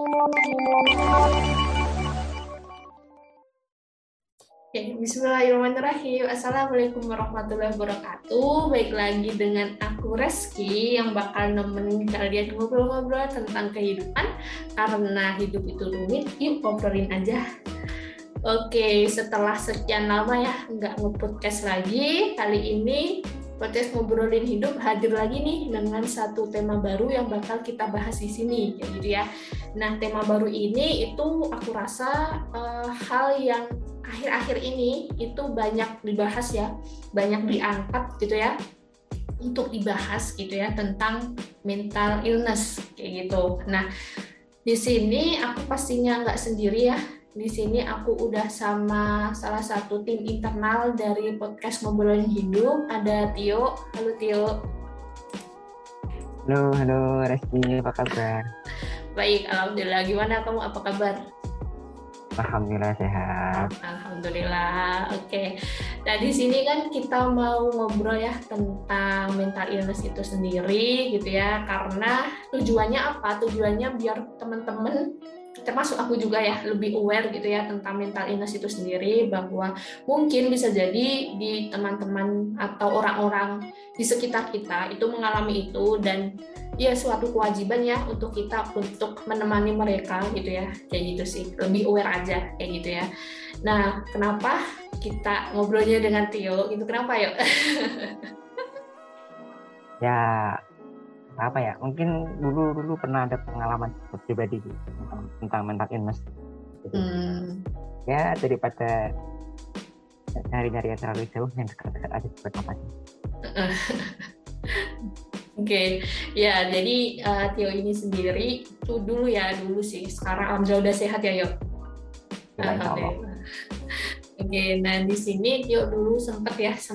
Ya, Bismillahirrahmanirrahim. Assalamualaikum warahmatullahi wabarakatuh. Baik lagi dengan aku Reski yang bakal nemenin kalian ngobrol-ngobrol tentang kehidupan. Karena hidup itu rumit, yuk ngobrolin aja. Oke, setelah sekian lama ya nggak nge-podcast lagi, kali ini podcast ngobrolin hidup hadir lagi nih dengan satu tema baru yang bakal kita bahas di sini, kayak gitu ya. Nah, tema baru ini itu aku rasa hal yang akhir-akhir ini itu banyak dibahas ya, banyak diangkat gitu ya, untuk dibahas gitu ya tentang mental illness kayak gitu. Nah, di sini aku pastinya nggak sendiri ya. Di sini aku udah sama salah satu tim internal dari podcast Ngobrolin Hidup. Ada Tio. Halo Tio. Halo Reski, apa kabar? Baik, alhamdulillah. Gimana kamu? Apa kabar? Alhamdulillah sehat. Alhamdulillah. Oke. Nah, di sini kan kita mau ngobrol ya tentang mental illness itu sendiri gitu ya. Karena tujuannya apa? Tujuannya biar teman-teman, termasuk aku juga ya, lebih aware gitu ya tentang mental illness itu sendiri, bahwa mungkin bisa jadi di teman-teman atau orang-orang di sekitar kita itu mengalami itu, dan ya suatu kewajiban ya untuk kita untuk menemani mereka gitu ya, kayak gitu sih, lebih aware aja kayak gitu ya. Nah, kenapa kita ngobrolnya dengan Tio gitu, kenapa yuk? Ya, apa ya? Mungkin dulu pernah ada pengalaman pribadi gitu, tentang mental illness. Gitu. Ya, daripada nyari-nyari yang terlalu jauh, yang dekat-dekat aja buat apa sih? Oke, ya jadi Tio ini sendiri tuh dulu sih, sekarang alhamdulillah udah sehat ya yuk. Insya Allah. Alhamdulillah. Oke, nah di sini Tio dulu sempat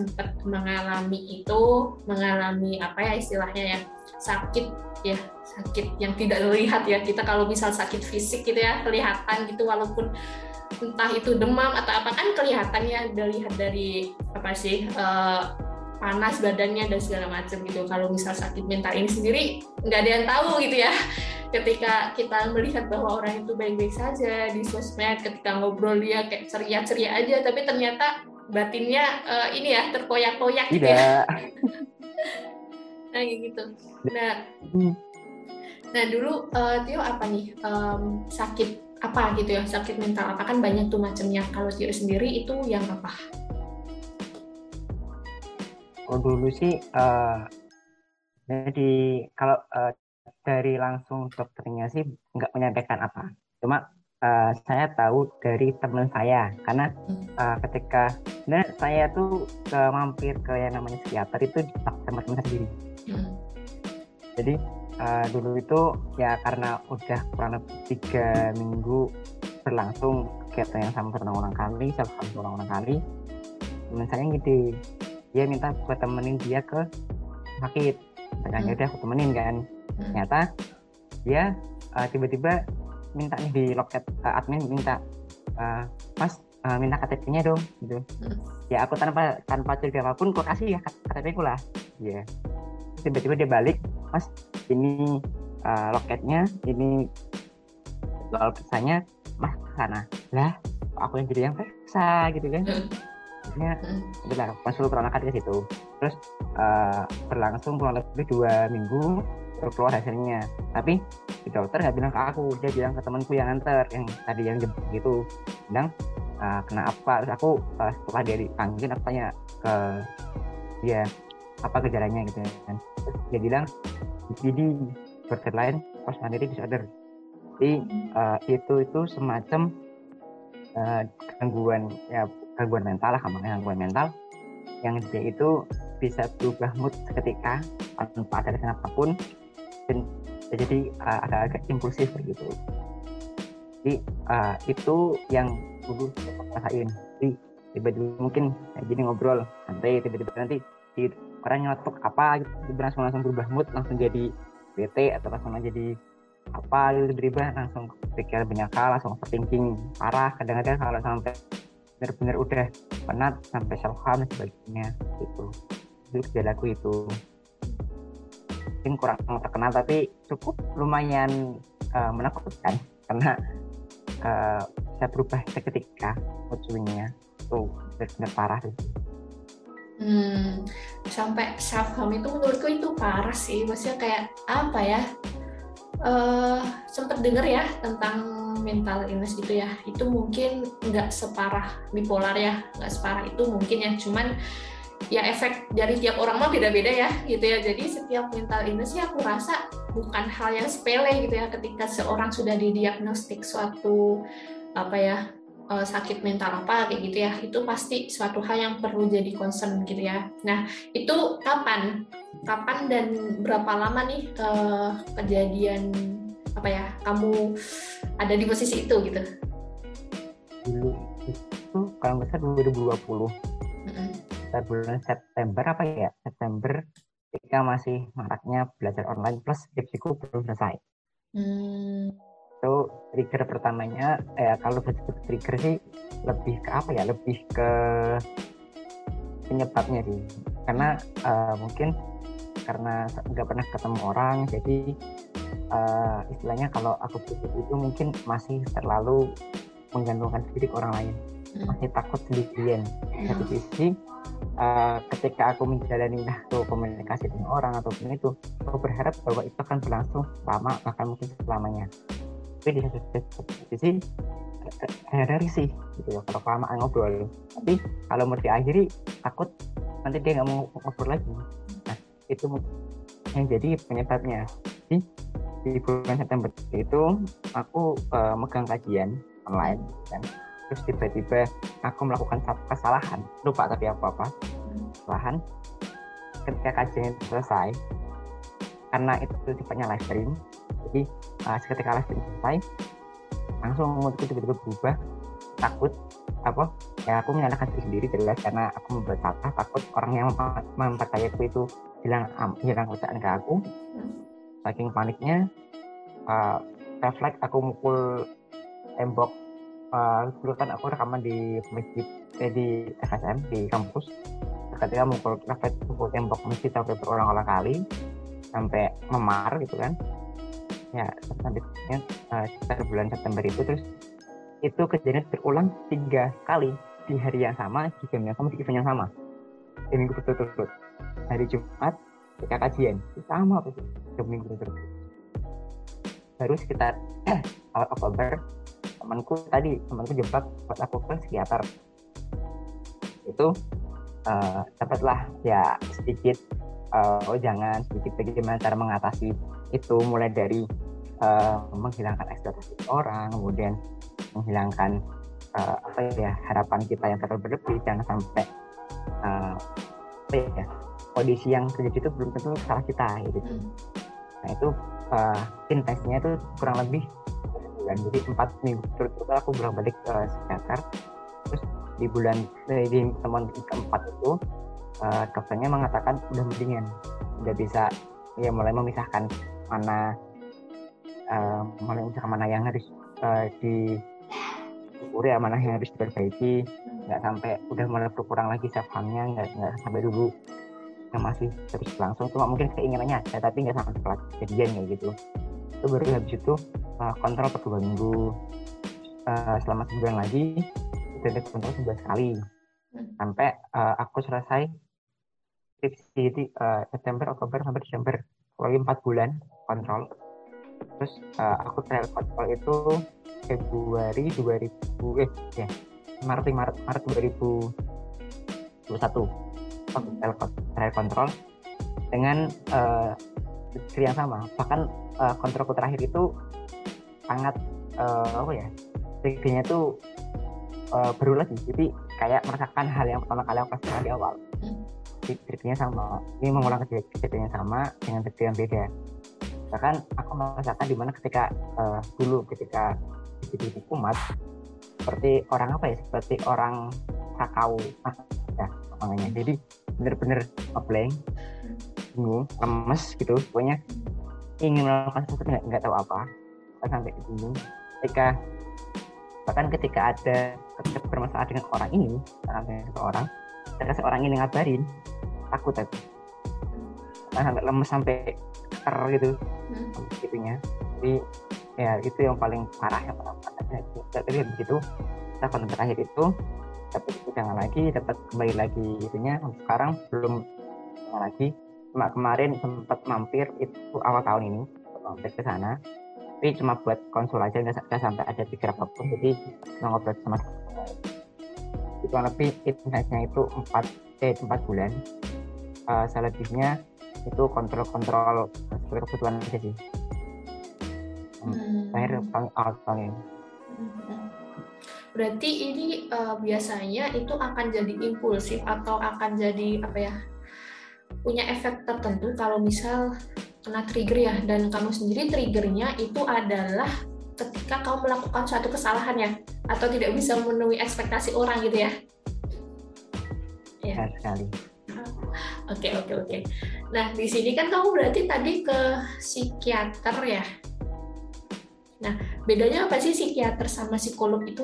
mengalami apa ya istilahnya ya, sakit ya, sakit yang tidak terlihat ya. Kita kalau misal sakit fisik gitu ya kelihatan gitu, walaupun entah itu demam atau apa kan kelihatan ya, dilihat dari apa sih, panas badannya dan segala macam gitu. Kalau misal sakit mental ini sendiri nggak ada yang tahu gitu ya. Ketika kita melihat bahwa orang itu baik-baik saja di sosmed, ketika ngobrol dia kayak ceria-ceria aja, tapi ternyata batinnya ini ya terkoyak-koyak gitu ya. Tidak. Nah gitu. Nah dulu Tio apa nih, sakit apa gitu ya, sakit mental apa, kan banyak tuh macamnya. Kalau Tio sendiri itu yang apa? Oh dulu sih, jadi kalau dari langsung dokternya sih nggak menyampaikan apa. Cuma saya tahu dari teman saya, karena ketika saya tuh mampir ke yang namanya psikiater itu sama teman saya sendiri. Jadi dulu itu ya karena udah kurang lebih 3 minggu berlangsung kegiatan yang sama berulang-ulang kali, teman saya gitu, dia minta buat temenin dia ke sakit. Makanya udah aku temenin kan. Ternyata dia tiba-tiba minta nih di loket, admin minta, Mas minta KTP-nya dong gitu. Ya aku tanpa curiga apapun kok kasih ya KTP-ku lah. Ya. Tiba-tiba dia balik, Mas ini loketnya, ini soal pesannya, Mas kesana. Lah aku yang jadi yang periksa gitu kan. Akhirnya udah konsul peranakan ke situ. Terus berlangsung kurang lebih 2 minggu baru keluar hasilnya. Tapi si dokter nggak bilang ke aku, dia bilang ke temanku yang nganter, yang tadi yang jemput gitu, bilang kena apa. Terus aku setelah dia dipanggil, aku tanya ke dia apa gejalanya gitu kan. Terus dia bilang BPD, borderline personality disorder. Jadi itu semacam gangguan mental lah, gangguan mental yang dia itu bisa berubah mood seketika tanpa ada alasan apapun, dan jadi agak-agak impulsif begitu. Jadi itu yang dulu saya rasain. Jadi tiba-tiba mungkin kayak gini ngobrol santai, tiba-tiba nanti di orang nyelotok apa gitu, langsung berubah mood, langsung jadi bete atau langsung jadi apa gitu, tiba-tiba langsung pikir banyak hal, langsung overthinking parah. Kadang-kadang kalau sampai benar-benar udah penat sampai self harm dan sebagainya gitu. Itu gejalaku itu. Mungkin kurang terkenal tapi cukup lumayan menakutkan. karena saya berubah seketika mood swing-nya tuh benar-benar parah sih. Sampai self harm itu menurutku itu parah sih, maksudnya kayak apa ya, sempat dengar ya tentang mental illness itu ya, itu mungkin nggak separah bipolar ya, nggak separah itu mungkin ya, cuman ya efek dari tiap orang mah beda-beda ya gitu ya. Jadi setiap mental illness ya aku rasa bukan hal yang sepele gitu ya, ketika seorang sudah didiagnostik suatu apa ya, sakit mental apa kayak gitu ya, itu pasti suatu hal yang perlu jadi concern gitu ya. Nah itu kapan dan berapa lama nih kejadian apa ya, kamu ada di posisi itu gitu? Dulu itu kalau nggak salah 2020 bulan September apa ya, September, ketika masih maraknya belajar online plus skripsiku belum selesai. Itu trigger pertamanya, kalau disebut trigger sih lebih ke apa ya, lebih ke penyebabnya sih, karena mungkin karena nggak pernah ketemu orang, jadi istilahnya kalau aku pikir itu mungkin masih terlalu menggantungkan diri ke orang lain, masih takut sendirian. Satu sisi ketika aku menjalani komunikasi dengan orang ataupun itu, aku berharap bahwa itu akan berlangsung lama, bahkan mungkin selamanya. Tapi di satu sisi ada risih gitu ya kalau kelamaan ngobrol. Tapi kalau mau diakhiri takut nanti dia nggak mau ngobrol lagi. Nah itu yang jadi penyebabnya. Di bulan September itu aku megang kajian online kan. Terus tiba-tiba aku melakukan satu kesalahan, lupa tapi apa kesalahan. Ketika kajian itu selesai, karena itu sifatnya live stream, jadi ketika live stream selesai langsung moodku tiba-tiba berubah, takut apa ya, aku menyalahkan diri sendiri jelas karena aku membuat salah, takut orang yang mempercayaku itu hilang kepercayaan ke aku. Saking paniknya, refleks aku mukul tembok. Dulu kan aku rekaman di masjid, di FSM di kampus. Ketika mukul tembok masjid sampai berulang-ulang kali sampai memar gitu kan ya, sampai sekitar bulan September itu. Terus itu kejadian berulang 3 kali di hari yang sama, di jam yang sama, di event yang sama, di minggu berturut-turut. Hari Jumat ketika kajian sama tuh, 2 minggu berturut-turut. Baru sekitar awal Oktober temanku jebak buat aku ke psikiater. Itu dapatlah ya sedikit sedikit bagaimana cara mengatasi itu, mulai dari menghilangkan ekspektasi orang, kemudian menghilangkan harapan kita yang terlalu berlebih, jangan sampai kondisi yang terjadi itu belum tentu salah kita gitu. Nah itu intensnya itu kurang lebih bulan, jadi 4 minggu terus aku bolak-balik ke psikiater. Terus di teman keempat itu dokternya mengatakan udah mendingan, udah bisa ya mulai memisahkan mana yang harus disyukuri, mana yang harus diperbaiki, nggak sampai udah mulai berkurang lagi self harmnya, nggak sampai dulu yang masih terus berlangsung, cuma mungkin keinginannya ada tapi nggak sampai kejadian kayak gitu. Itu baru habis itu kontrol per 2 minggu, selama sebulan lagi itu kontrol 11 kali sampai aku selesai skripsi di September, Oktober sampai Desember, lagi 4 bulan kontrol. Terus aku trial kontrol itu Februari 2000 Maret 2021 aku trial kontrol dengan trigger yang sama. Bahkan kontrolku terakhir itu sangat triggernya itu baru lagi, jadi kayak merasakan hal yang pertama kali aku rasakan di awal. Triggernya sama, ini mengulang kejadian yang sama dengan trigger yang beda. Bahkan aku merasakan dimana ketika dulu ketika di kumat seperti orang sakau namanya, jadi bener-bener ngeblank, bingung, lemes gitu, pokoknya ingin melakukan sesuatu nggak tahu apa, sampai bingung. Ketika ada bermasalah dengan orang ini, ketika orang ini ngabarin, takut tapi sampai lemes, sampai gitu gitunya. Jadi Ya itu yang paling parah ya tapi habis itu kita konten terakhir itu dapat undangan lagi, dapat kembali lagi itunya. Sekarang belum lagi, cuma kemarin sempat mampir itu awal tahun ini, mampir ke sana tapi cuma buat konsul aja, nggak sampai ada pikir apapun, jadi cuma ngobrol sama itu lebih intensnya itu 4 bulan. Selebihnya itu kontrol kebutuhan aja sih. Terakhir tahun ini. Berarti ini biasanya itu akan jadi impulsif atau akan jadi apa ya, punya efek tertentu kalau misal kena trigger ya, dan kamu sendiri triggernya itu adalah ketika kamu melakukan suatu kesalahan ya, atau tidak bisa memenuhi ekspektasi orang gitu ya? Ya sekali. Oke. Nah di sini kan kamu berarti tadi ke psikiater ya. Nah bedanya apa sih psikiater sama psikolog itu?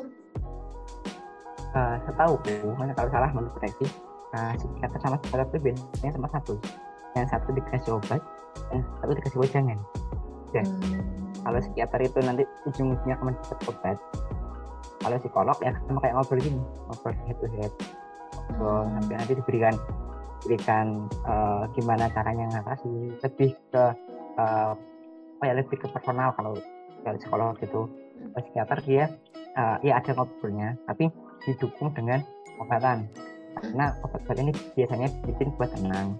Setahu mana kalau salah menurut Reki, psikiater sama psikolog itu bedanya sama satu. Yang satu dikasih obat, yang satu dikasih wejangan. Dan kalau psikiater itu nanti ujung-ujungnya kamu dapat obat. Kalau psikolog ya sama kayak ngobrol gini, ngobrol head to head. Sampai nanti diberikan gimana caranya ngatasi, lebih ke lebih ke personal. Kalau psikolog itu, psikiater dia ya ada ngobrolnya tapi didukung dengan obatan, karena obat ini biasanya bikin buat tenang,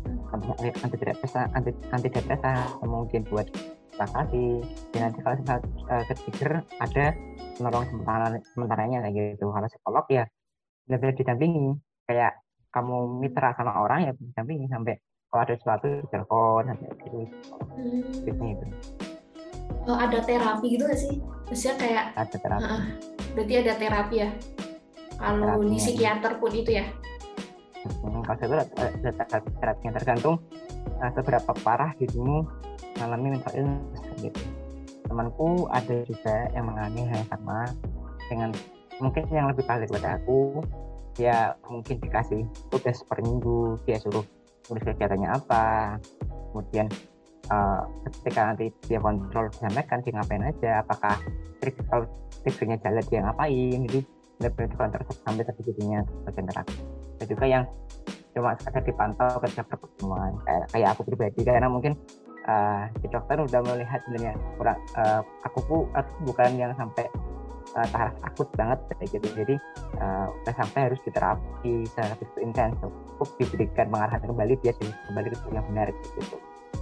antidepresan mungkin buat relaksasi. Dan nanti kalau ketrigger ada penolong sementaranya kayak gitu. Kalau psikolog ya lebih didampingi, kayak kamu mitra sama orang ya didampingi sampai kalau ada sesuatu telepon sampai gitu. Gitu. Ada terapi gitu nggak sih? Maksudnya kayak ada terapi. Berarti ada terapi ya? Kalau di psikiater pun itu ya? Kalau itu ada terapinya, tergantung seberapa parah dirimu mengalami mental illness gitu. Temanku ada juga yang mengalami hal yang sama, dengan mungkin yang lebih parah daripada aku. Dia mungkin dikasih tugas per minggu, dia suruh tulis kegiatannya apa, kemudian ketika nanti dia kontrol disampaikan dia ngapain aja, apakah triggernya jalan dia ngapain, jadi benar-benar dikontrol sampai segitunya bagian terapi. Ada juga yang cuma sekadar dipantau ketika pertemuan, kayak aku pribadi, karena mungkin si dokter udah melihat sebenarnya aku bukan yang sampai taraf akut banget kayak gitu, jadi udah sampai harus diterapi secara intens, cukup diberikan pengarahan kembali, dia kembali ke yang benar gitu.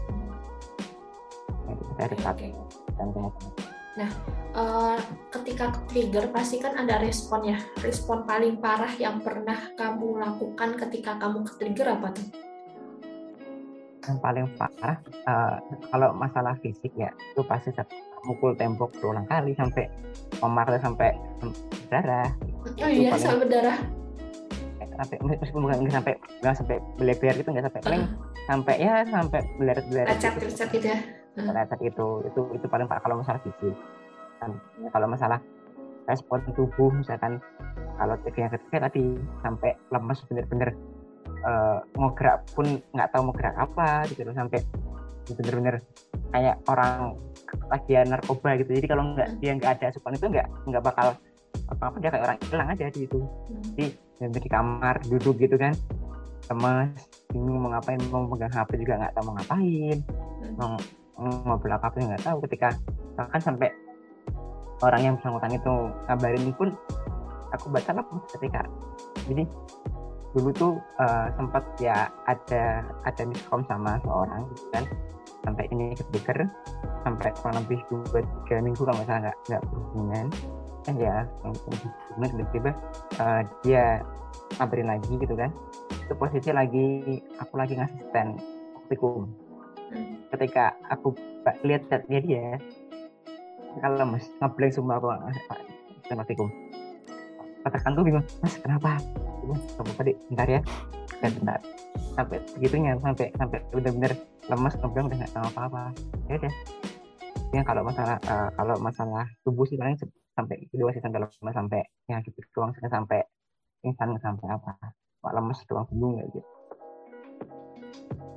Okay. Nah, ketika trigger pasti kan ada respon ya. Respon paling parah yang pernah kamu lakukan ketika kamu trigger apa tuh? Yang paling parah kalau masalah fisik ya, itu pasti mukul tembok berulang kali sampai memarah sampai berdarah. Oh iya, sampai berdarah. Meskipun nggak sampai beleber gitu, nggak sampai, paling sampai beleber lecet gitu ya. Lecet itu paling parah kalau masalah fisik. Kalau masalah respon tubuh, misalkan kalau yang ketiga tadi sampai lemes bener-bener, mau gerak pun nggak tahu mau gerak apa gitu loh, sampai bener-bener kayak orang lagi narkoba gitu. Jadi kalau dia nggak ada asupan itu nggak bakal apa-apa, dia kayak orang hilang aja di itu. Jadi di kamar duduk gitu kan, lemes, bingung mau ngapain, mau pegang HP juga nggak tahu mau ngapain, mau ngobrol apa pun nggak tahu. Ketika bahkan sampai orang yang bersangkutan itu kabarin pun aku baca ketika. Jadi dulu tuh sempat ya ada miskom sama seorang gitu kan, sampai ini ketrigger sampai kurang lebih 2-3 minggu kalau misalnya nggak berhubungan. Ya tiba-tiba dia kabarin lagi gitu kan. Itu posisi aku lagi ngasih stand praktikum. Ketika aku lihat chatnya dia, kalau lemes, ngeblank semua aku stand praktikum. Katakan tuh bingung, mas kenapa? Coba tadi bentar ya, bentar. Sampai segitunya, sampai benar-benar lemes, ngeblank, udah nggak tahu apa-apa. Ya udah. Ya kalau masalah tubuh sih paling sampai itu doang sih, sampai lemes, sampai ya gitu doang, sampai pingsan, sampai apa, lemes doang, bingung gitu.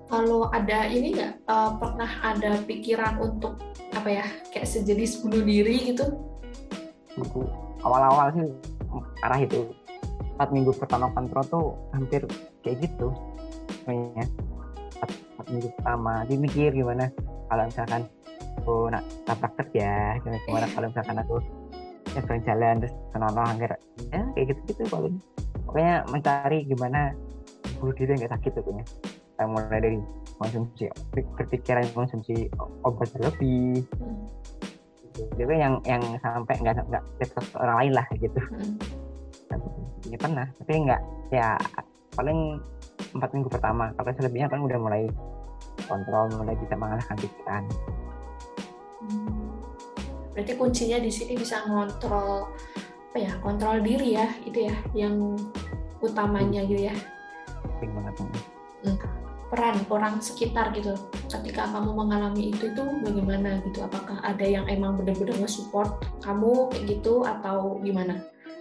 Kalau ada ini nggak, pernah ada pikiran untuk apa ya, kayak sejenis bunuh diri gitu? Buku awal-awal sih arah itu 4 minggu pertama kontrol tuh hampir kayak gitu sebenarnya. 4 minggu pertama dia mikir gimana kalau misalkan aku nak tabrak kerja, gimana kalau misalkan aku nyebrang jalan terus kena hampir ya kayak gitu gitu paling pokoknya mencari gimana bunuh diri nggak sakit pokoknya. Mulai dari konsumsi berpikiran konsumsi obat berlebih gitu yang sampai nggak dekat orang lain lah gitu. Ya pernah tapi nggak ya paling 4 minggu pertama kalau selebihnya kan udah mulai kontrol, mulai bisa mengalahkan pikiran. Berarti kuncinya di sini bisa ngontrol apa ya, kontrol diri ya, itu ya yang utamanya gitu ya. Penting banget. Peran orang sekitar gitu ketika kamu mengalami itu bagaimana gitu, apakah ada yang emang benar-benar nge-support kamu kayak gitu atau gimana?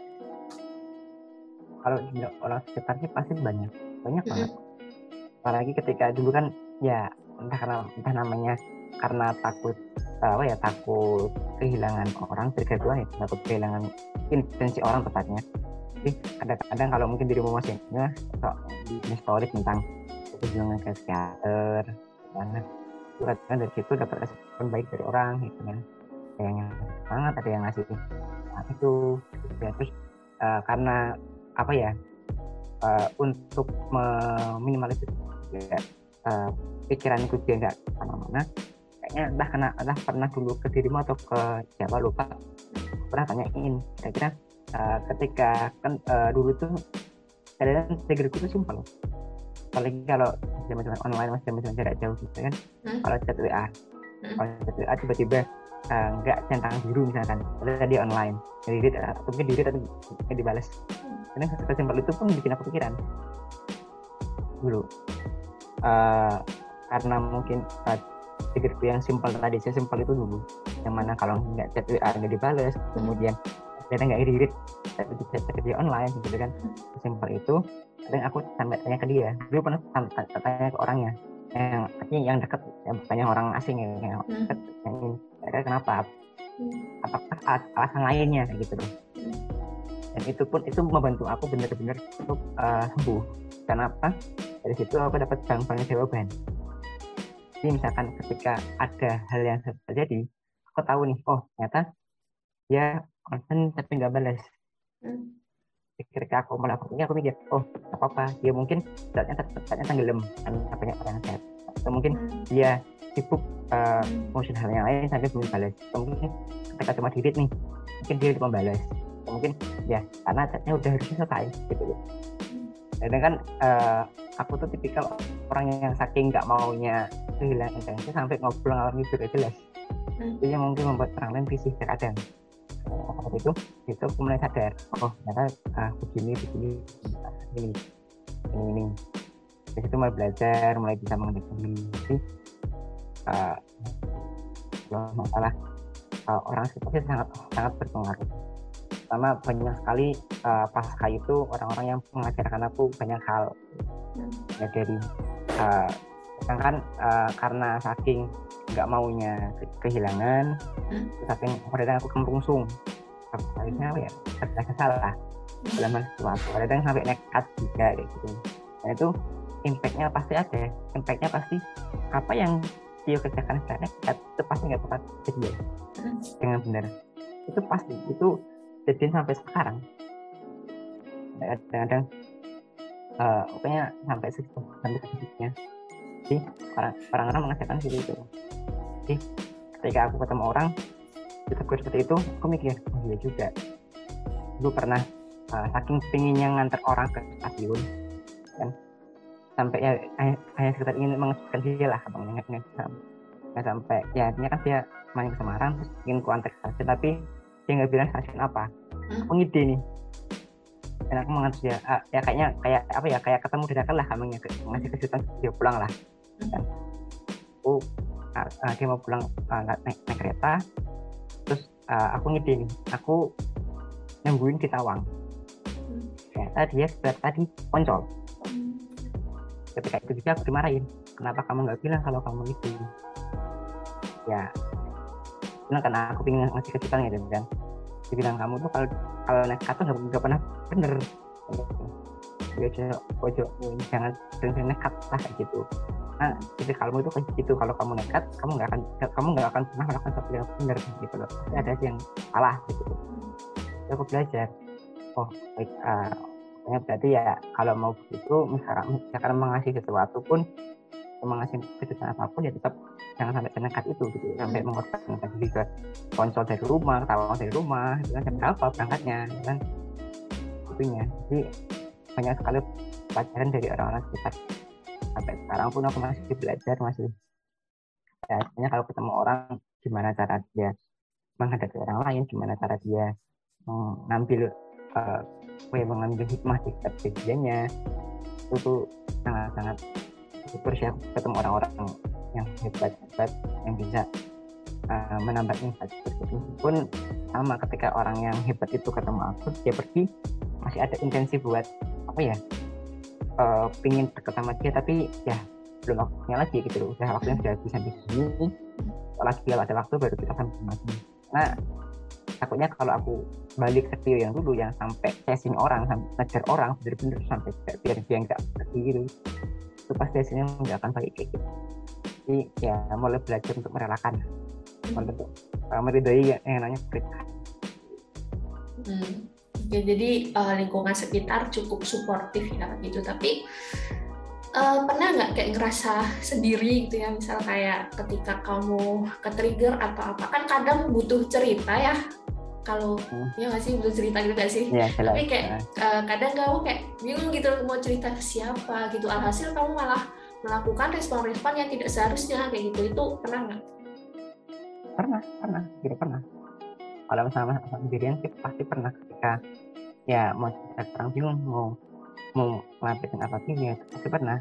Kalau orang sekitar sih pasti banyak banget. Apalagi ketika dulu kan ya entah namanya karena takut takut kehilangan orang, terkeduan ya takut kehilangan intensi orang tepatnya. Jadi kadang-kadang kalau mungkin dirimu masih di story tentang perjuangan ke psikiater karena kan dari situ dapat respon baik dari orang gitu kan, yang sangat ada yang ngasih itu ya. Terus karena apa ya, untuk meminimalisir ya, pikiranku dia nggak kemana-mana, kayaknya entah pernah dulu ke dirimu atau ke siapa lupa, pernah tanyain kira-kira ketika kan dulu tuh kadang triggerku tuh simpel, apalagi kalau zaman online masih zaman jarak jauh gitu kan. Kalau chat WA tiba-tiba nggak centang biru misalkan, padahal dia online, di-read atau mungkin di-read atau dibalas. Karena sesimpel itu pun bikin aku pikiran dulu. Karena mungkin triggerku yang simpel tadi, sesimpel itu dulu, yang mana kalau nggak chat WA nggak dibalas, kemudian ternyata nggak di-read tapi dia online gitu kan, sesimpel itu. Dan aku sampai tanya ke dia, dulu pernah tanya ke orangnya yang dekat, yang bukannya orang asing yang dekat, yang kenapa, apakah alasan lainnya gitu loh. Dan itu pun membantu aku benar-benar untuk sembuh. Kenapa? Dari situ aku dapat banyak jawaban. Jadi misalkan ketika ada hal yang terjadi, aku tahu nih, oh ternyata dia konsen tapi nggak balas. Ketika aku melakukannya, aku mikir, oh apa-apa, dia mungkin saatnya tenggelam karena banyak orang chat, atau mungkin dia sibuk ngurusin hal yang lain sampai belum balas, atau mungkin ketika cuma dirit nih, mungkin dia cuma balas, atau mungkin ya karena chatnya udah harusnya selesai gitu loh. Dan kan aku tuh tipikal orang yang saking nggak maunya kehilangan intensi sampai ngobrol ngalor ngidul gak jelas. Itu yang mungkin membuat orang lain risih terkadang. Itu aku mulai sadar, oh ternyata begini dari situ mulai belajar, mulai bisa mengendalikan diri. Masalah orang sekitar sangat berpengaruh, karena banyak sekali pasca itu orang-orang yang mengajarkan aku banyak hal ya, dari sedangkan karena saking nggak maunya kehilangan, saking kadang aku kemerungsung, harusnya apa ya, ada salah dalam hal sesuatu, kadang sampai nekat juga kayak gitu. Dan itu impactnya pasti apa yang dia kerjakan secara nekat itu pasti nggak bakal jadi dengan benar, itu pasti itu jadi sampai sekarang. Kadang-kadang pokoknya sampai segitunya. Jadi orang-orang mengatakan seperti itu. Jadi ketika aku ketemu orang ditegur seperti itu, aku mikir, oh iya juga, gue pernah saking pengennya nganter orang ke stasiun kan, sampai ya hanya sekedar ingin mengejutkan dia lah, nggak sampai ya, artinya kan dia main ke Semarang terus ingin ku antar ke stasiun, tapi dia nggak bilang stasiun apa. Aku ngide nih, dan aku mengantar dia ya kayak ketemu dadakan lah, ngasih kejutan dia pulang lah kan. Dia mau pulang naik kereta, terus aku ngide nih, aku nungguin di Tawang, ternyata dia tadi Poncol. Ketika itu juga aku dimarahin, kenapa kamu nggak bilang kalau kamu itu? Ya bilang karena aku pengen ngasih kejutan gitu kan. Dibilang kamu tuh kalau nekat tuh nggak pernah bener. Ya pojok jangan sering nekat lah kayak gitu. Nah jadi kalau itu kayak gitu, kalau kamu nekat kamu nggak akan pernah melakukan sesuatu yang benar gitu loh. Pasti ada yang salah gitu. Jadi aku belajar. Oh baik, berarti ya kalau mau begitu misalkan mengasih sesuatu pun, mengasih kejutan apapun ya tetap jangan sampai nekat itu gitu, sampai mengorbankan diri ke konsol dari rumah, tawa dari rumah, itu kan berapa berangkatnya kan itunya. Jadi banyak sekali pelajaran dari orang-orang sekitar. Sampai sekarang pun aku masih belajar, masih ya, sebenarnya kalau ketemu orang gimana cara dia menghadapi orang lain, gimana cara dia mengambil mengambil hikmah di setiap kejadiannya. Itu tuh sangat-sangat bersyukur ketemu orang-orang yang hebat yang bisa menambah insight. Meskipun sama ketika orang yang hebat itu ketemu aku, dia pergi masih ada intensi buat apa ya, pingin dekat sama dia, tapi ya belum waktunya lagi gitu loh. Udah waktunya sudah habis sampai sini, lagi ada waktu baru kita sampai lagi. Nah takutnya kalau aku balik ke Tio yang dulu, yang sampai chasing orang, sampai ngejar orang bener-bener sampai biar dia nggak pergi gitu, itu pasti hasilnya nggak akan baik kayak gitu. Jadi ya mulai belajar untuk merelakan, untuk meridai yang namanya kritik. Oke, jadi lingkungan sekitar cukup suportif ya gitu. Tapi pernah nggak kayak ngerasa sendiri gitu ya, misal kayak ketika kamu ke-trigger atau apa, kan kadang butuh cerita ya, kalau ya nggak sih, butuh cerita gitu nggak sih? Ya, tapi kayak kadang kamu kayak bingung gitu mau cerita ke siapa gitu, alhasil kamu malah melakukan respon-respon yang tidak seharusnya kayak gitu. Itu pernah nggak? Pernah. Kalau sama sendirian sih pasti pernah, ketika ya mau cerita orang bingung mau ngelakuin apa sih ya pasti pernah.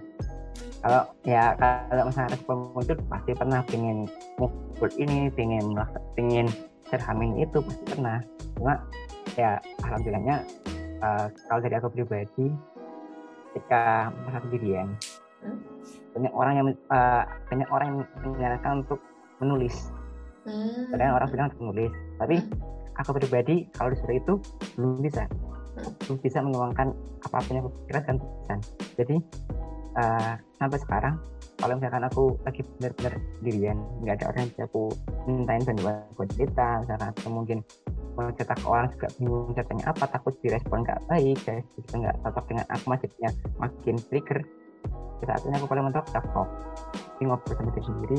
Kalau misalnya respon muncul pasti pernah, pengen mukul ini, pengen cerhamin itu pasti pernah. Cuma ya alhamdulillahnya kalau dari aku pribadi, ketika merasa sendirian banyak orang yang menyarankan untuk menulis. Padahal orang bilang untuk menulis, tapi aku pribadi kalau disuruh itu belum bisa menuangkan apapun yang aku pikirkan dan tulisan. Jadi sampai sekarang kalau misalkan aku lagi benar-benar sendirian, nggak ada orang yang bisa aku mintain bantuan buat cerita, misalkan aku mungkin mau cerita ke orang juga bingung ceritanya apa, takut direspon nggak baik, kita nggak cocok dengan aku, makin trigger. Saat ini aku paling mentok talk, ngobrol sama diri sendiri,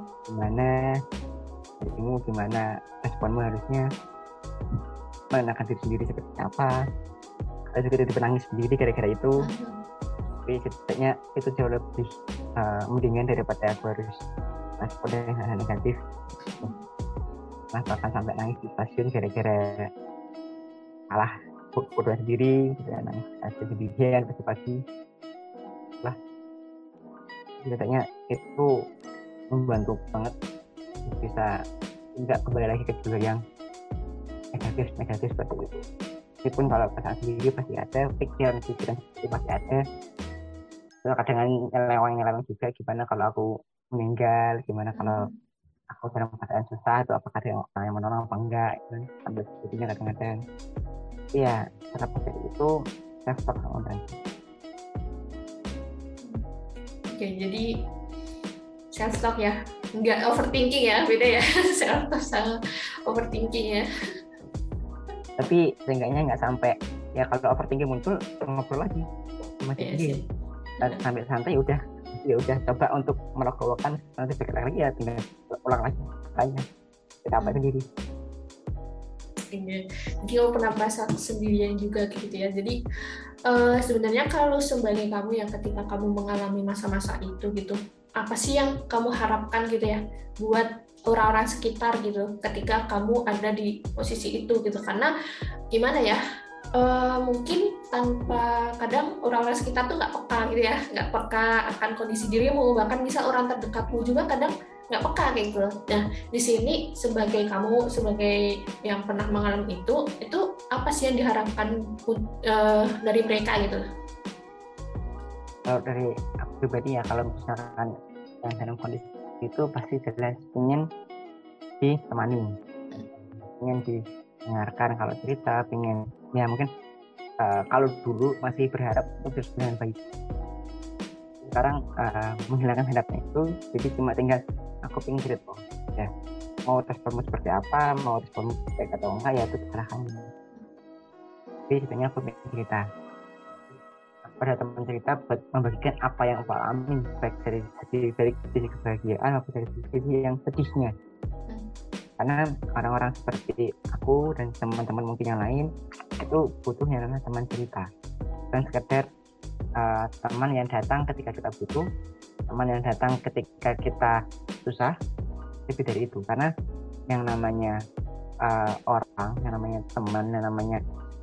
gimana responmu harusnya, menenangkan diri sendiri seperti apa. Saya juga jadi penangis sendiri gara-gara itu. Tapi setidaknya itu jauh lebih mendingan daripada aku harus respon dengan hal negatif. Nah bahkan sampai nangis di stasiun gara-gara salah bodoh sendiri, nangis stasiun sendirian pagi-pagi lah. Setidaknya itu membantu banget bisa nggak kembali lagi ke jalur yang negatif seperti itu. Meskipun kalau perasaan sendiri pasti ada, pikiran seperti pasti ada. Terus kadang nyeleweng juga, gimana kalau aku meninggal, gimana kalau aku dalam keadaan susah, itu apakah ada orang yang menolong apa enggak, kan sampai sebetulnya kadang-kadang. Iya, terlepas dari itu saya stop sama dan. Oke, jadi self talk ya, nggak overthinking ya, beda ya self talk sama overthinking ya. Tapi seenggaknya nggak sampai ya, kalau overthinking muncul ngobrol lagi sama sendiri, sampai santai ya udah coba untuk melakukan, nanti pikir lagi ya tinggal ulang lagi kayaknya kita apa sendiri. Jadi kamu pernah merasa sendirian juga gitu ya. Jadi sebenarnya kalau sebagai kamu yang ketika kamu mengalami masa-masa itu gitu, apa sih yang kamu harapkan gitu ya buat orang-orang sekitar gitu ketika kamu ada di posisi itu gitu? Karena gimana ya, mungkin tanpa, kadang orang-orang sekitar tuh nggak peka gitu ya, nggak peka akan kondisi dirimu, bahkan bisa orang terdekatmu juga kadang nggak peka kayak gitu. Nah di sini sebagai kamu, sebagai yang pernah mengalami itu apa sih yang diharapkan dari mereka gitu? Kalau dari aku pribadi ya, kalau misalkan yang dalam kondisi itu pasti jelas ingin ditemani, ingin didengarkan kalau cerita, ingin ya mungkin kalau dulu masih berharap untuk dengan baik, sekarang menghilangkan hendaknya itu, jadi cuma tinggal aku pengen cerita ya, mau responmu seperti apa, mau responmu baik atau enggak ya itu terserah kamu. Jadi sebenarnya aku pengen cerita pada teman cerita buat membagikan apa yang aku alami, baik dari sisi kebahagiaan maupun dari sisi yang sedihnya. Karena orang-orang seperti aku dan teman-teman mungkin yang lain itu butuh yang namanya teman cerita, dan sekedar teman yang datang ketika kita butuh, teman yang datang ketika kita susah, lebih dari itu. Karena yang namanya orang, yang namanya teman, yang namanya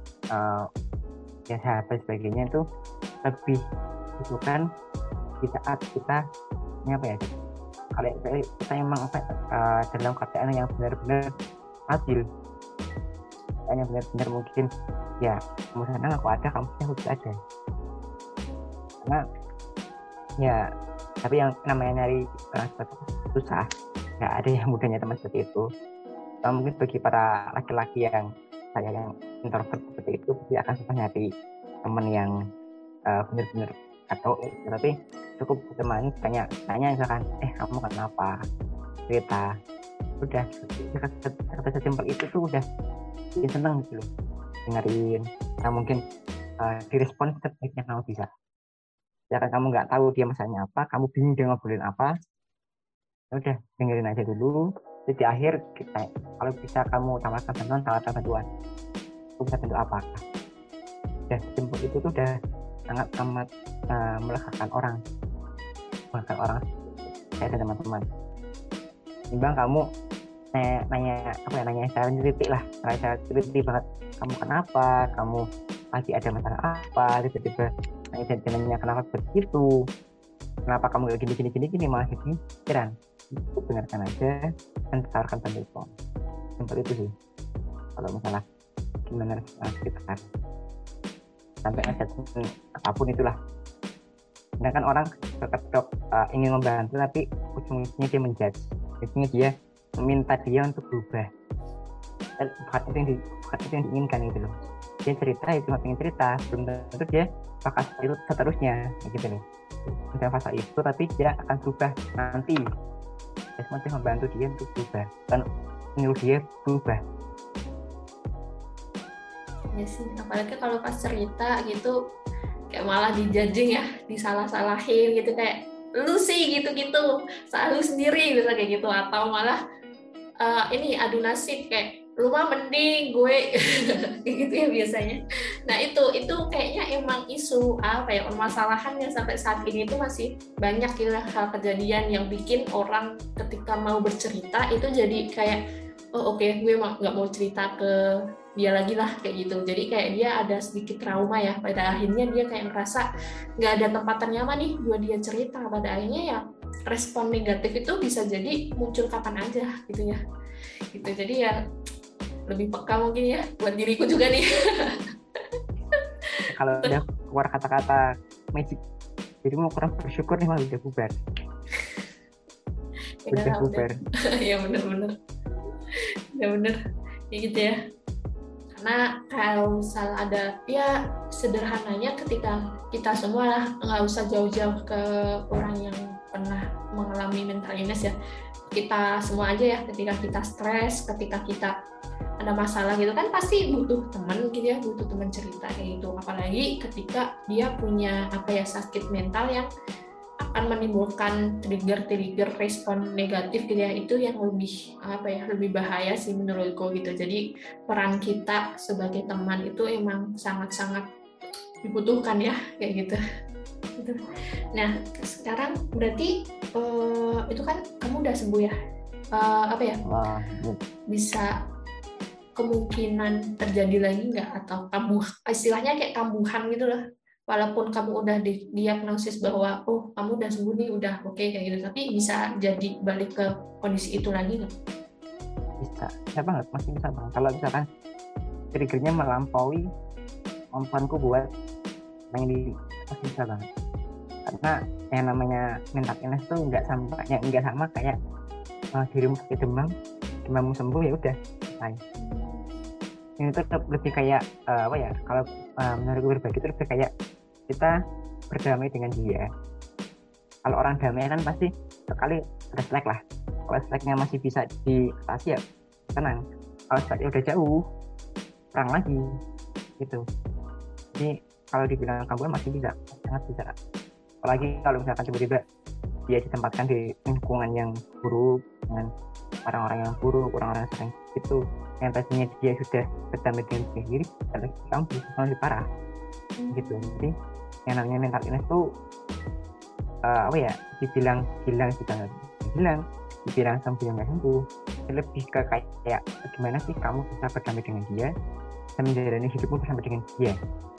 ya sahabat sebagainya itu lebih butuhkan di saat kita ini apa ya, kalau kita memang dalam keadaan yang benar-benar adil, yang benar-benar mungkin ya kamu sana aku ada, kamu sana aku ada. Karena ya tapi yang namanya nyari susah, nggak ada yang mudahnya teman seperti itu. Mungkin bagi para laki-laki yang saya yang introvert seperti itu dia akan susah nyari teman yang benar-benar atau tapi cukup teman tanya misalkan kamu kenapa, cerita, udah kata sesimpel itu tuh udah bikin seneng gitu loh dengerin. Nah mungkin direspon sebaiknya kamu bisa. Ya kan kamu nggak tahu dia masalahnya apa, kamu bingung dia ngobrolin apa, udah dengerin aja dulu. Jadi di akhir kita kalau bisa kamu tawarkan bantuan itu bisa bentuk apa, ya simpel itu tuh udah sangat amat melegakan orang saya dan teman-teman. Timbang kamu nanya cara nyeritik lah, cara nyeritik banget, kamu kenapa, kamu lagi ada masalah apa, tiba-tiba nanya kenapa begitu, kenapa kamu gak gini malah gini, pikiran itu dengarkan aja dan tawarkan bantuan. Simpel itu sih kalau masalah gimana cerita sampai ada apapun itulah. Sedangkan orang tetap ingin membantu tapi ujung-ujungnya dia menjudge, ujungnya dia meminta dia untuk berubah, dan bukan itu yang diinginkan gitu loh. Dia cerita ya cuma pengen cerita, belum tentu dia bakal itu seterusnya gitu loh. Dalam fase itu tapi dia akan berubah nanti. Dia semua membantu dia untuk berubah dan menyuruh dia berubah. Ya sih, apalagi kalau pas cerita gitu kayak malah dijudging ya, disalah-salahin gitu, kayak lu sih gitu-gitu, salah lu sendiri bisa kayak gitu, atau malah ini adu nasib kayak lu mah mending gue kayak gitu ya biasanya. Nah itu kayaknya emang isu apa ya, permasalahan yang sampai saat ini itu masih banyak gitu hal kejadian yang bikin orang ketika mau bercerita itu jadi kayak oke, gue nggak mau cerita ke dia lagi lah kayak gitu. Jadi kayak dia ada sedikit trauma ya, pada akhirnya dia kayak merasa nggak ada tempatan nyaman nih buat dia cerita. Pada akhirnya ya respon negatif itu bisa jadi muncul kapan aja gitu ya gitu. Jadi ya lebih peka mungkin ya buat diriku juga nih. Kalau udah keluar kata-kata magic jadi mau kurang bersyukur nih, malah udah bubar udah bubar. Ya bener ya gitu ya. Karena kalau misal ada ya sederhananya ketika kita semua lah, nggak usah jauh-jauh ke orang yang pernah mengalami mental illness ya, kita semua aja ya, ketika kita stres, ketika kita ada masalah gitu kan pasti butuh teman gitu ya, butuh teman cerita kayak gitu. Apalagi ketika dia punya sakit mental yang akan menimbulkan trigger respon negatif gitu ya, itu yang lebih bahaya sih menurutku gitu. Jadi peran kita sebagai teman itu emang sangat-sangat dibutuhkan ya kayak gitu. Nah sekarang berarti itu kan kamu udah sembuh ya, bisa kemungkinan terjadi lagi nggak, atau istilahnya kayak kambuhan gitu loh, walaupun kamu udah diagnosis bahwa kamu udah sembuh nih, udah oke kayak gitu, tapi bisa jadi balik ke kondisi itu lagi nggak? Bisa banget, masih bisa banget. Kalau misalkan triggernya melampaui kemampuanku buat main di, masih bisa banget. Karena yang namanya mental illness tuh nggak sama kayak dirimu sakit demammu sembuh ya udah selesai. Ini tuh lebih kayak apa ya, kalau menurut gue berbagi itu lebih kayak kita berdamai dengan dia. Kalau orang damai kan pasti sekali refleks lah. Kalau refleksnya masih bisa diatasi ya tenang. Kalau refleksnya udah jauh, perang lagi gitu. Jadi kalau dibilang kambuhan masih bisa, sangat bisa. Apalagi kalau misalkan tiba-tiba dia ditempatkan di lingkungan yang buruk dengan orang-orang yang buruk, orang-orang yang sering itu, yang tadinya dia sudah berdamai dengan diri sendiri, tapi kamu bisa lebih parah gitu. Jadi yang namanya mental illness itu apa ya, dibilang hilang juga nggak hilang, dibilang sembuh yang nggak sembuh. Lebih ke kayak gimana sih kamu bisa berdamai dengan dia dan menjalani hidupmu bersama dengan dia.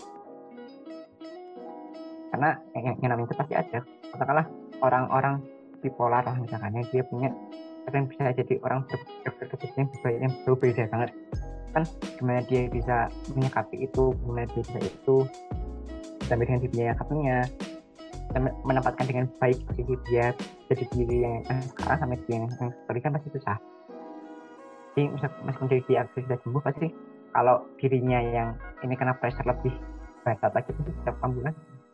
Karena yang namanya itu pasti ada. Katakanlah orang-orang bipolar lah misalkan, dia punya kadang bisa jadi orang yang berbeda banget. Kan gimana dia bisa menyikapi itu, gimana dia bisa itu sampai dengan dirinya yang satunya, menempatkan dengan baik posisi dia jadi diri yang sekarang sama dia yang seperti kan pasti susah. Jadi meskipun dia sudah sembuh, pasti kalau dirinya yang ini kena pressure lebih berat lagi itu tetap kambuhan.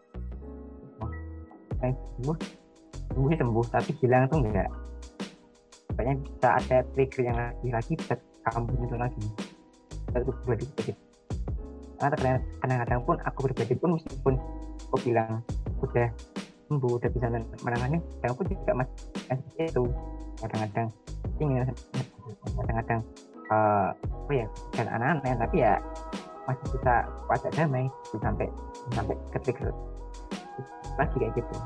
Sembuh tapi hilang tuh enggak. Pokoknya bisa ada trigger yang lagi bisa kambuh itu lagi. Itu pribadi sedikit. Karena kadang-kadang pun aku pribadi pun meskipun aku bilang udah sembuh, udah bisa menangani, kadang pun juga masih itu. Kadang-kadang ingin, kadang-kadang apa ya, dan aneh-aneh, tapi ya masih bisa kuat damai sampai ke trigger lagi kayak gitu.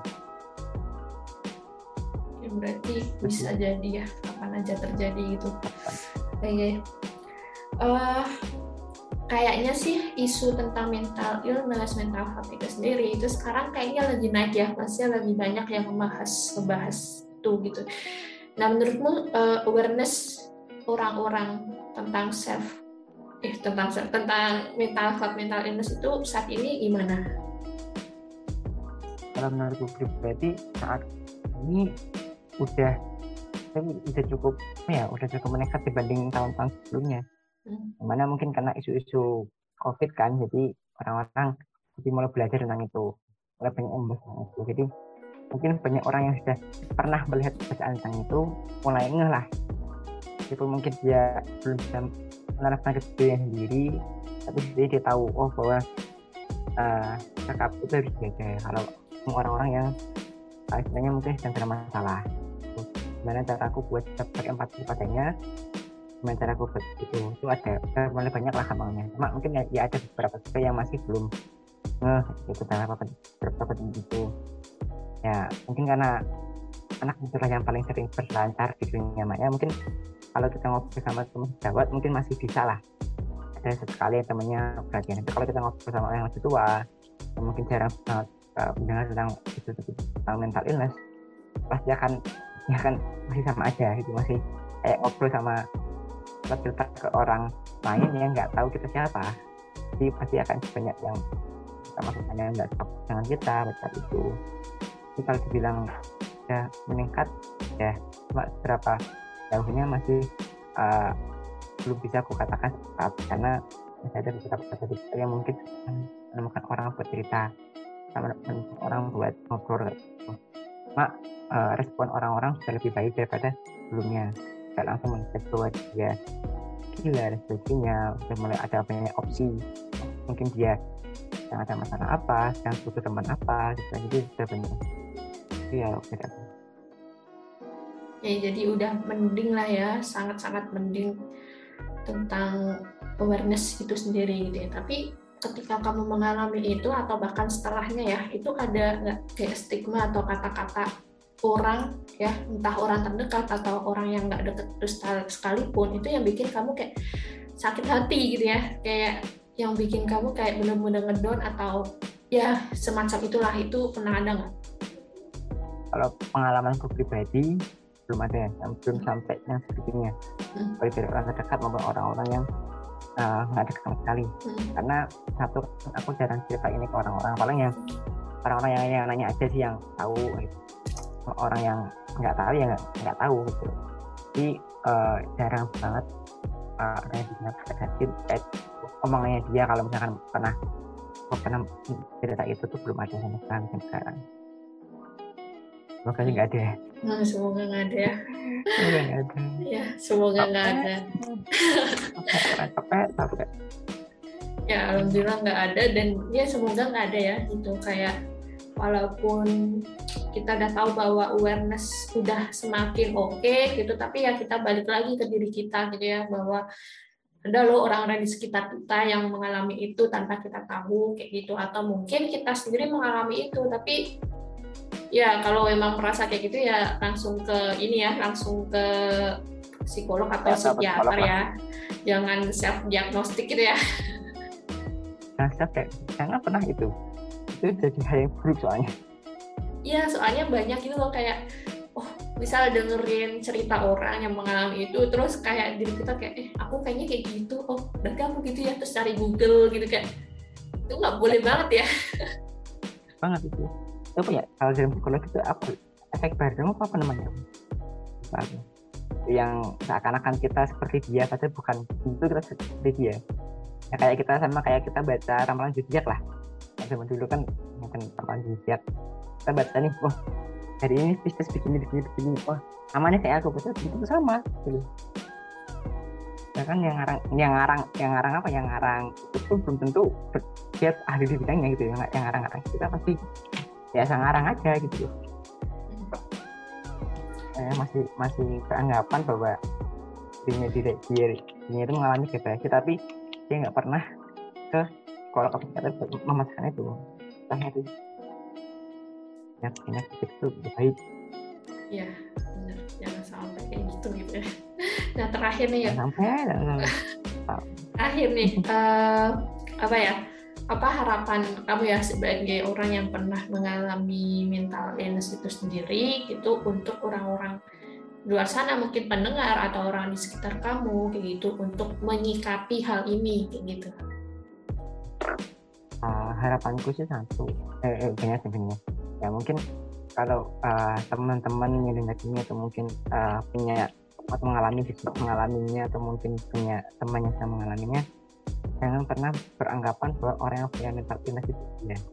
Ya, berarti bisa jadi ya kapan aja terjadi gitu. Oke. Kayaknya sih isu tentang mental illness, mental health itu sendiri itu sekarang kayaknya lagi naik ya, maksudnya lebih banyak yang ngebahas itu gitu. Nah, menurutmu awareness orang-orang tentang tentang mental health, mental illness itu saat ini gimana? Kalau menurutku pribadi saat ini udah cukup meningkat dibanding tahun-tahun sebelumnya. Mana mungkin karena isu-isu COVID kan, jadi orang-orang jadi mulai belajar tentang itu, mulai banyak membahas tentang itu. Jadi mungkin banyak orang yang sudah pernah melihat bacaan tentang itu mulai ngeh lah. Meskipun mungkin dia belum bisa menerapkan ke dirinya sendiri, tapi dia tahu bahwa cakap itu harus dijaga. Kalau orang-orang yang istilahnya mungkin sedang bermasalah, gimana cara aku buat berempati padanya, gimana cara aku buat itu ada mulai banyak lah gampangnya. Cuma mungkin ya ada beberapa juga yang masih belum gitu cara berapa itu ya, mungkin karena anak itulah yang paling sering berselancar di dunia maya. Mungkin kalau kita ngobrol sama teman sejawat mungkin masih bisa lah, ada sesekali temannya perhatian. Tapi kalau kita ngobrol sama orang yang lebih tua, mungkin jarang banget mendengar tentang itu, tentang mental illness, pasti akan masih sama aja gitu, masih kayak ngobrol sama cerita ke orang lain yang nggak tahu kita siapa. Jadi pasti akan banyak yang sama yang nggak tahu dengan kita baca itu. Jadi kalau dibilang ya meningkat ya, cuma berapa jauhnya masih belum bisa aku katakan karena masih ada beberapa yang mungkin menemukan orang buat cerita, sama orang buat ngobrol gitu. Respon orang-orang sudah lebih baik daripada sebelumnya. Tidak langsung mencek bahwa dia gila dan sebagainya. Sudah mulai ada banyak opsi, mungkin dia sedang ada masalah apa, sedang butuh teman apa, jadi sudah banyak. Ya beda. Ya jadi udah mending lah ya, sangat-sangat mending tentang awareness itu sendiri gitu ya. Tapi ketika kamu mengalami itu atau bahkan setelahnya ya, itu ada nggak kayak stigma atau kata-kata orang ya, entah orang terdekat atau orang yang nggak deket terus sekalipun, itu yang bikin kamu kayak sakit hati gitu ya, kayak yang bikin kamu kayak bener-bener ngedown atau ya semacam itulah, itu pernah ada nggak? Kalau pengalamanku pribadi belum ada ya, belum sampai yang segitunya. Baik dari orang terdekat maupun orang-orang yang nggak dekat sama sekali. Karena satu, aku jarang cerita ini ke orang-orang, paling yang orang-orang yang nanya aja sih yang tahu gitu. Orang yang nggak tahu ya nggak tahu gitu. Jadi jarang banget Raditya terhadap omongannya dia kalau misalkan pernah cerita itu tuh belum ada sama sekali sekarang. Semoga sih nggak ada. Nah, semoga nggak ada ya. Semoga nggak ada. Ya, semoga nggak ada. Capek. Ya, alhamdulillah nggak ada, dan ya semoga nggak ada ya gitu. Kayak walaupun kita udah tahu bahwa awareness udah semakin oke gitu, tapi ya kita balik lagi ke diri kita gitu ya, bahwa ada loh orang-orang di sekitar kita yang mengalami itu tanpa kita tahu kayak gitu, atau mungkin kita sendiri mengalami itu, tapi ya kalau memang merasa kayak gitu ya langsung ke ini ya, langsung ke psikolog atau psikiater ya, jangan self diagnostik gitu ya. Nah, saya pernah itu jadi hal yang buruk soalnya. Iya, soalnya banyak gitu loh, kayak misal dengerin cerita orang yang mengalami itu, terus kayak diri kita kayak aku kayaknya kayak gitu, berarti aku gitu ya, terus cari Google gitu, kayak itu nggak boleh banget ya. Banget itu. Apa ya, kalau dalam psikologi itu apa, efek Barnum apa namanya, yang seakan-akan kita seperti dia padahal bukan, itu kita seperti dia ya, kayak kita baca ramalan zodiak lah. Zaman dulu kan mungkin ramalan zodiak kita baca nih, hari ini Pisces begini, namanya kayak aku, betul itu sama gitu. Ya kan yang ngarang itu belum tentu dia ahli di bidangnya gitu. Yang ngarang kita pasti biasa ngarang aja gitu. Masih beranggapan bahwa dirinya itu mengalami depresi, tapi dia nggak pernah ke sekolah psikiater memasukkan itu. Entah itu penyakit itu baik. Iya, benar. Jangan sampai kayak gitu ya. Nah, terakhir nih ya. Terakhir nih, apa harapan kamu ya sebagai orang yang pernah mengalami mental illness itu sendiri gitu, untuk orang-orang luar sana, mungkin pendengar atau orang di sekitar kamu kayak gitu, untuk menyikapi hal ini kayak gitu. Harapanku sih satu, banyak sebenarnya. Ya mungkin kalau teman-teman yang dengar ini atau mungkin punya mengalaminya atau mungkin punya teman yang sedang mengalaminya, jangan pernah beranggapan bahwa orang yang punya mental illness itu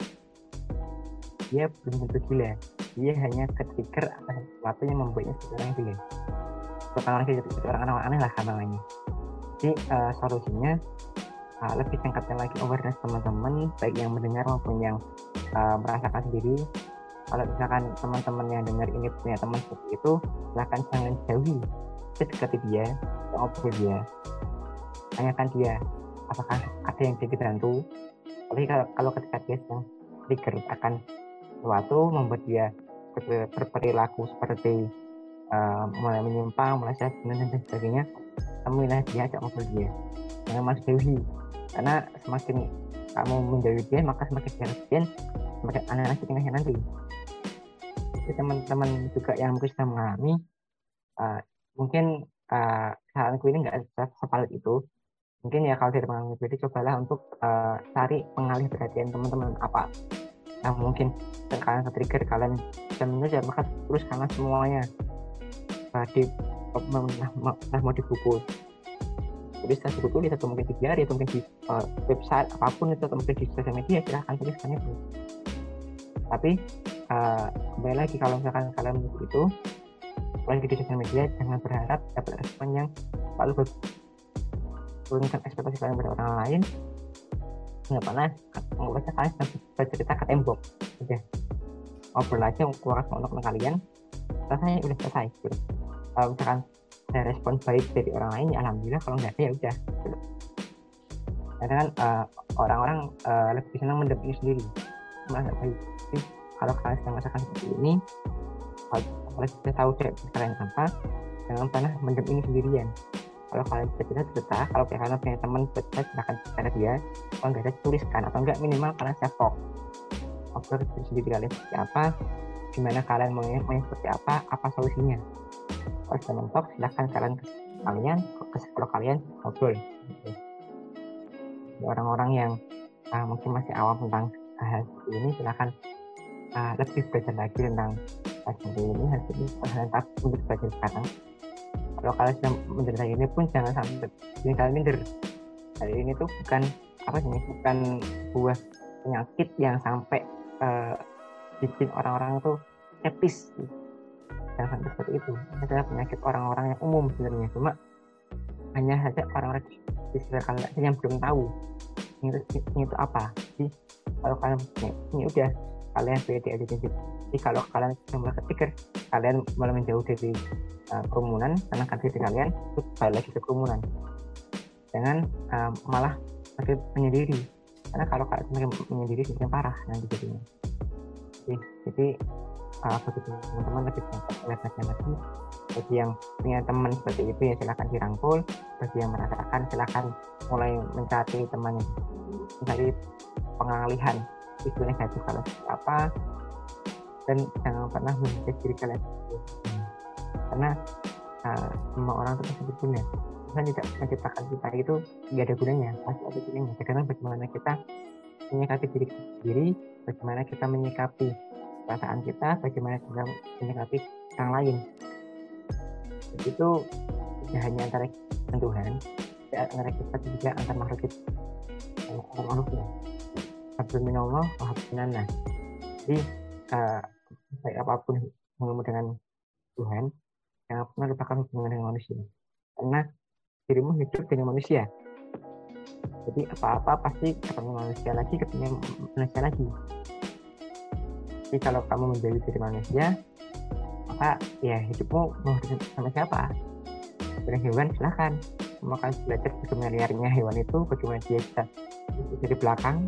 dia belum tentu gila. Dia hanya ke-trigger atas sesuatu yang membuatnya seorang gila. Orang aneh lah namanya. Jadi solusinya lebih tingkatkan lagi awareness teman-teman, baik yang mendengar maupun yang merasakan sendiri. Kalau misalkan teman-teman yang dengar ini punya teman seperti itu, silahkan jangan jauhi, dekati dia, ngobrol dia, tanyakan dia apakah ada yang bisa dibantu. Apalagi kalau ketika dia sedang trigger akan sesuatu membuat dia berperilaku seperti mulai menyimpang, mulai dan sebagainya, temuilah dia, ajak ngobrol dia, jangan mas jauhi, karena semakin kamu menjauhi dia maka semakin dia semakin aneh lagi tingkahnya nanti. Jadi teman-teman juga yang mungkin sudah mengalami, mungkin saranku ini nggak sepalit itu. Mungkin ya kalau tidak mengalami jadi cobalah untuk cari pengalih perhatian teman-teman apa yang mungkin kalian trigger, kalian bisa mengejar, maka terus karena semuanya mau di buku tulis atau mungkin di diary atau mungkin di website apapun itu, atau mungkin di sosial media, silahkan tuliskan itu. Tapi kembali lagi, kalau misalkan kalian itu lagi di sosial media, jangan berharap dapat respon yang selalu turunkan ekspektasi kalian pada orang lain. Nggak pernah membaca kalian bercerita ke tembok, udah ngobrol aja, keluarkan untuk kalian, rasanya udah selesai gitu. Kalau misalkan ada respon baik dari orang lain ya alhamdulillah, kalau nggak ada ya udah gitu. Karena kan orang-orang lebih senang mendampingi sendiri, merasa baik. Jadi kalau kalian sedang merasakan seperti ini, kalau sudah tahu kalian apa, jangan pernah mendampingi sendirian. Kalau kalian cerita, kalau kalian punya teman cerita, silahkan cerita dia. Kalau nggak ada, tuliskan, atau enggak minimal kalian self-talk, observ sendiri kalian seperti apa, gimana kalian mau seperti apa solusinya. Kalau sudah mentok, silahkan kalian ke psikolog kalian ngobrol. Orang-orang yang mungkin masih awam tentang hal ini, silahkan lebih belajar lagi tentang seperti ini, harus hal tak untuk belajar sekarang. Kalau kalian sedang menderita ini pun jangan sampai kalian minder. Hal ini tuh bukan buah penyakit yang sampai bikin orang-orang tuh skeptis. Jangan sampai seperti itu. Ini adalah penyakit orang-orang yang umum sebenarnya, cuma hanya saja orang-orang di sekitar kalian yang belum tahu ini itu apa. Jadi kalau kalian ini udah kalian pede aja. Jadi kalau kalian mulai ketikir, kalian malah menjauh dari kerumunan, tenangkan diri kalian, terus balik lagi ke kerumunan. Jangan malah makin menyendiri, karena kalau kalian semakin menyendiri semakin parah nanti jadinya. Jadi bagi teman-teman lebih banyak lagi. Bagi yang punya teman seperti itu ya silakan dirangkul. Bagi yang merasakan silakan mulai mencari temannya, mencari pengalihan isu negatif kalian seperti apa, dan jangan pernah menjadi diri kalian, karena semua orang itu pasti berguna. Tuhan tidak menciptakan kita itu tidak ada gunanya, pasti ada gunanya. Karena bagaimana kita menyikapi diri sendiri, bagaimana kita menyikapi perasaan kita, bagaimana kita menyikapi orang lain. Itu tidak hanya antara Tuhan, antara kita juga antar makhluk makhluknya. Habdul minallah wa habdul minannas. Jadi baik apapun hubunganmu dengan Tuhan, jangan pernah lupakan hubungan dengan manusia, karena dirimu hidup dengan manusia. Jadi apa-apa pasti ketemu manusia lagi. Jadi kalau kamu menjauhi dari manusia, maka ya hidupmu mau sama siapa? Dengan hewan silahkan. Kamu akan belajar bagaimana liarnya hewan itu, bagaimana dia bisa dari belakang.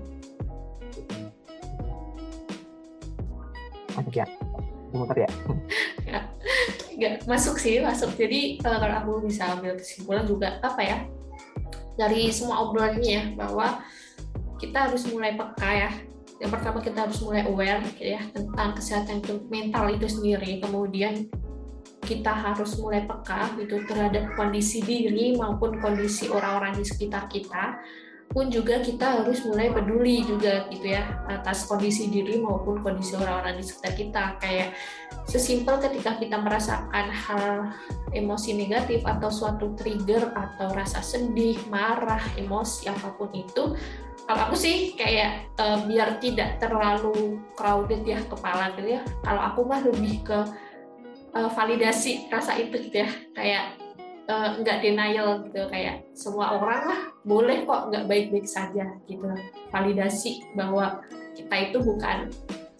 Masuk ya? Muter ya? Nggak masuk. Jadi kalau aku bisa ambil kesimpulan juga dari semua obrolan ini ya, bahwa kita harus mulai peka ya. Yang pertama kita harus mulai aware ya tentang kesehatan mental itu sendiri. Kemudian kita harus mulai peka gitu terhadap kondisi diri maupun kondisi orang-orang di sekitar kita. Pun juga kita harus mulai peduli juga gitu ya atas kondisi diri maupun kondisi orang-orang di sekitar kita. Kayak sesimpel ketika kita merasakan hal emosi negatif atau suatu trigger atau rasa sedih, marah, emosi apapun itu, kalau aku sih kayak biar tidak terlalu crowded ya kepala gitu ya. Kalau aku mah lebih ke validasi rasa itu gitu ya, kayak nggak denial gitu, kayak semua orang lah boleh kok nggak baik-baik saja gitu. Validasi bahwa kita itu bukan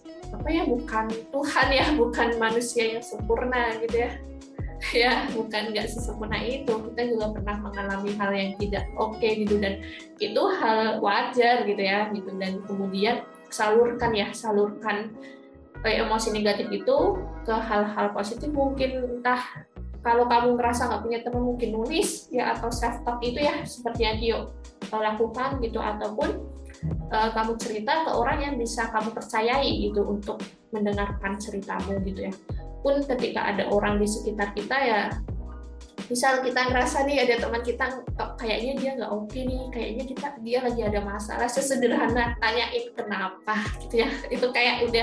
Tuhan ya, bukan manusia yang sempurna gitu ya. Ya bukan nggak sesempurna itu, kita juga pernah mengalami hal yang tidak oke gitu, dan itu hal wajar gitu ya gitu. Dan kemudian salurkan emosi negatif itu ke hal-hal positif. Mungkin entah kalau kamu merasa nggak punya teman, mungkin nulis ya, atau self talk itu ya seperti yang Tio lakukan gitu, ataupun kamu cerita ke orang yang bisa kamu percayai gitu untuk mendengarkan ceritamu gitu ya. Pun ketika ada orang di sekitar kita ya, misal kita ngerasa nih ada teman kita kayaknya dia nggak oke nih, kayaknya dia lagi ada masalah, sesederhana tanyain kenapa gitu ya. Itu kayak udah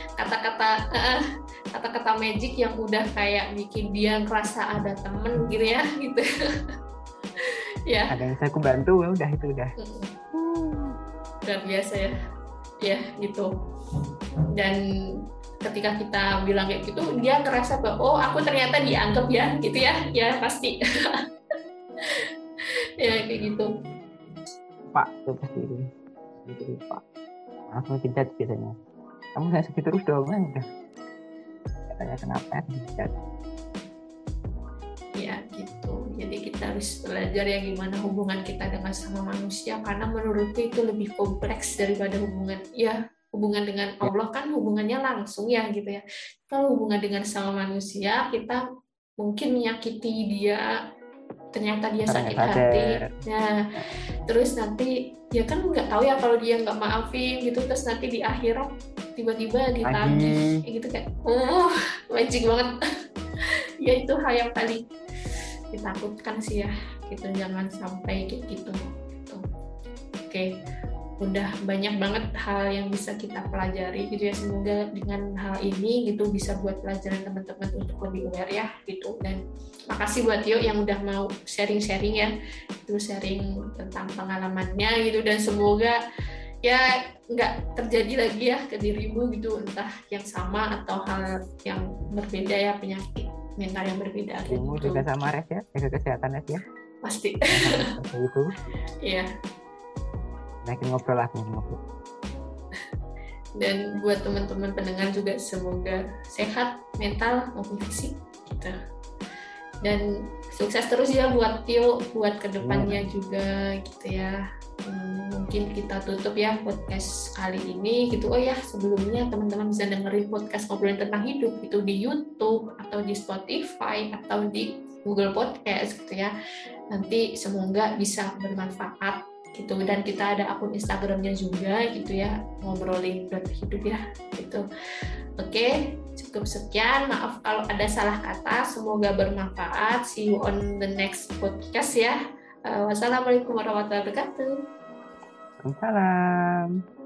kata-kata magic yang udah kayak bikin dia ngerasa ada temen gitu ya gitu. Ya. Ada yang saya bantu, udah itu udah. Luar biasa ya gitu. Dan ketika kita bilang kayak gitu, dia ngerasa bahwa oh aku ternyata dianggap ya gitu ya pasti. Ya kayak gitu. Pak itu pasti itu Pak. Langsung pincat biasanya. Kamu nggak sedih terus dong kan? Katanya kenapa pincat? Ya gitu. Jadi kita harus belajar ya gimana hubungan kita dengan sama manusia, karena menurutku itu lebih kompleks daripada hubungan dengan Allah kan hubungannya langsung ya gitu ya. Kalau hubungan dengan sama manusia, kita mungkin menyakiti dia, ternyata dia sakit hati. Nah, terus nanti ya kan nggak tahu ya kalau dia nggak maafin gitu, terus nanti di akhirat tiba-tiba ditagih gitu kayak magic banget. Ya itu hal yang paling ditakutkan sih ya gitu, jangan sampai kayak gitu. Oke. udah banyak banget hal yang bisa kita pelajari gitu ya. Semoga dengan hal ini gitu bisa buat pelajaran teman-teman untuk lebih aware ya gitu. Dan makasih buat Tio yang udah mau sharing-sharing ya, itu sharing tentang pengalamannya gitu. Dan semoga ya nggak terjadi lagi ya ke dirimu gitu, entah yang sama atau hal yang berbeda ya, penyakit mental yang berbeda Dirimu gitu. juga sama Res ya, jaga kesehatan Res ya. Pasti. Seperti itu. Iya. Makin ngobrol lah, ngobrol. Dan buat teman-teman pendengar juga semoga sehat mental maupun fisik gitu. Dan sukses terus ya buat Tio buat kedepannya juga gitu ya. Mungkin kita tutup ya podcast kali ini gitu. Oh ya, sebelumnya teman-teman bisa dengerin podcast ngobrolin tentang hidup itu di YouTube atau di Spotify atau di Google Podcast gitu ya. Nanti semoga bisa bermanfaat gitu. Dan kita ada akun Instagramnya juga gitu ya, ngobrolin hidup ya gitu. Oke, cukup sekian. Maaf kalau ada salah kata. Semoga bermanfaat. See you on the next podcast ya. Wassalamualaikum warahmatullahi wabarakatuh. Waalaikumsalam.